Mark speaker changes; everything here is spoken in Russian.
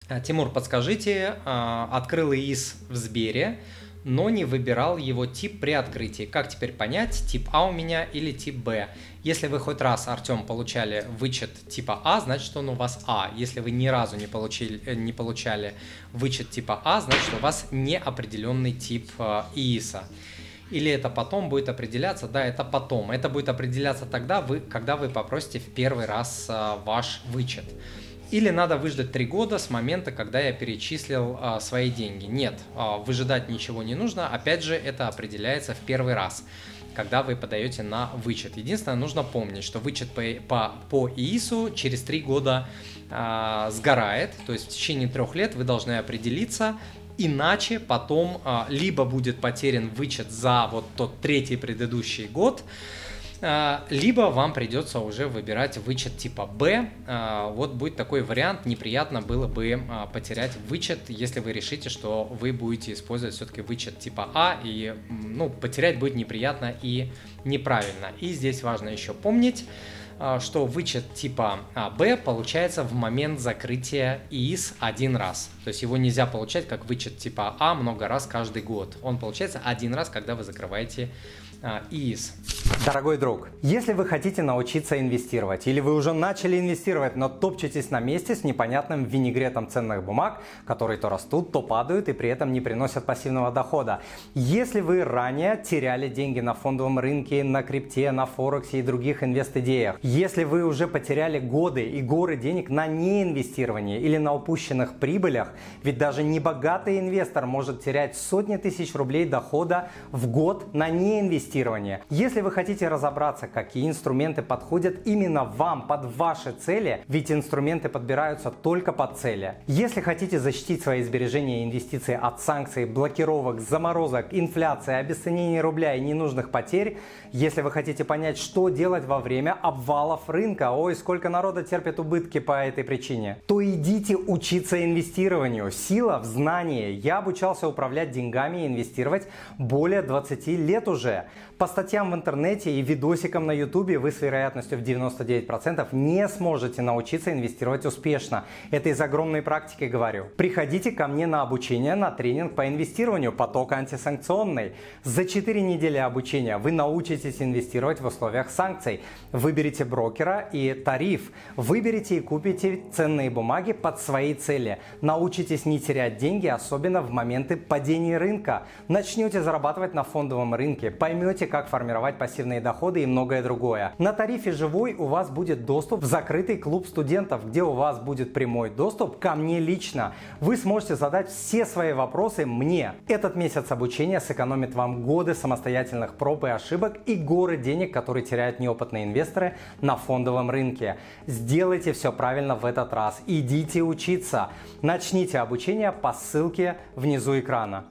Speaker 1: Тимур, подскажите, открыл ИИС в Сбере, но не выбирал его тип при открытии. Как теперь понять, тип А у меня или тип Б? Если вы хоть раз, Артем, получали вычет типа А, значит он у вас А. Если вы ни разу не получали вычет типа А, значит у вас неопределенный тип ИИСа. Или это потом будет определяться? Да, это потом. Это будет определяться тогда, когда вы попросите в первый раз ваш вычет. Или надо выждать 3 года с момента, когда я перечислил свои деньги. Нет, выжидать ничего не нужно. Опять же, это определяется в первый раз, когда вы подаете на вычет. Единственное, нужно помнить, что вычет по ИИСу через 3 года сгорает. То есть в течение 3 лет вы должны определиться. Иначе потом либо будет потерян вычет за вот тот 3-й предыдущий год, либо вам придется уже выбирать вычет типа Б. Вот будет такой вариант. Неприятно было бы потерять вычет, если вы решите, что вы будете использовать все-таки вычет типа А. И потерять будет неприятно и неправильно. И здесь важно еще помнить, что вычет типа Б получается в момент закрытия ИИС один раз. То есть его нельзя получать как вычет типа А много раз каждый год. Он получается один раз, когда вы закрываете ИИС.
Speaker 2: Дорогой друг, если вы хотите научиться инвестировать, или вы уже начали инвестировать, но топчетесь на месте с непонятным винегретом ценных бумаг, которые то растут, то падают и при этом не приносят пассивного дохода. Если вы ранее теряли деньги на фондовом рынке, на крипте, на Форексе и других инвест-идеях, если вы уже потеряли годы и горы денег на неинвестировании или на упущенных прибылях, ведь даже небогатый инвестор может терять сотни тысяч рублей дохода в год на неинвестирование. Если вы хотите разобраться, какие инструменты подходят именно вам, под ваши цели, ведь инструменты подбираются только под цели. Если хотите защитить свои сбережения и инвестиции от санкций, блокировок, заморозок, инфляции, обесценения рубля и ненужных потерь, если вы хотите понять, что делать во время обвалов рынка, ой, сколько народа терпит убытки по этой причине, то идите учиться инвестированию. Сила в знании. Я обучался управлять деньгами и инвестировать более 20 лет уже. По статьям в интернете и видосикам на ютубе вы с вероятностью в 99% не сможете научиться инвестировать успешно. Это из огромной практики говорю. Приходите ко мне на обучение, на тренинг по инвестированию «Поток антисанкционный». За 4 недели обучения вы научитесь инвестировать в условиях санкций. Выберите брокера и тариф. Выберите и купите ценные бумаги под свои цели. Научитесь не терять деньги, особенно в моменты падения рынка. Начнете зарабатывать на фондовом рынке. Поймете, как формировать пассивные доходы и многое другое. На тарифе «Живой» у вас будет доступ в закрытый клуб студентов, где у вас будет прямой доступ ко мне лично. Вы сможете задать все свои вопросы мне. Этот месяц обучения сэкономит вам годы самостоятельных проб и ошибок и горы денег, которые теряют неопытные инвесторы на фондовом рынке. Сделайте все правильно в этот раз. Идите учиться. Начните обучение по ссылке внизу экрана.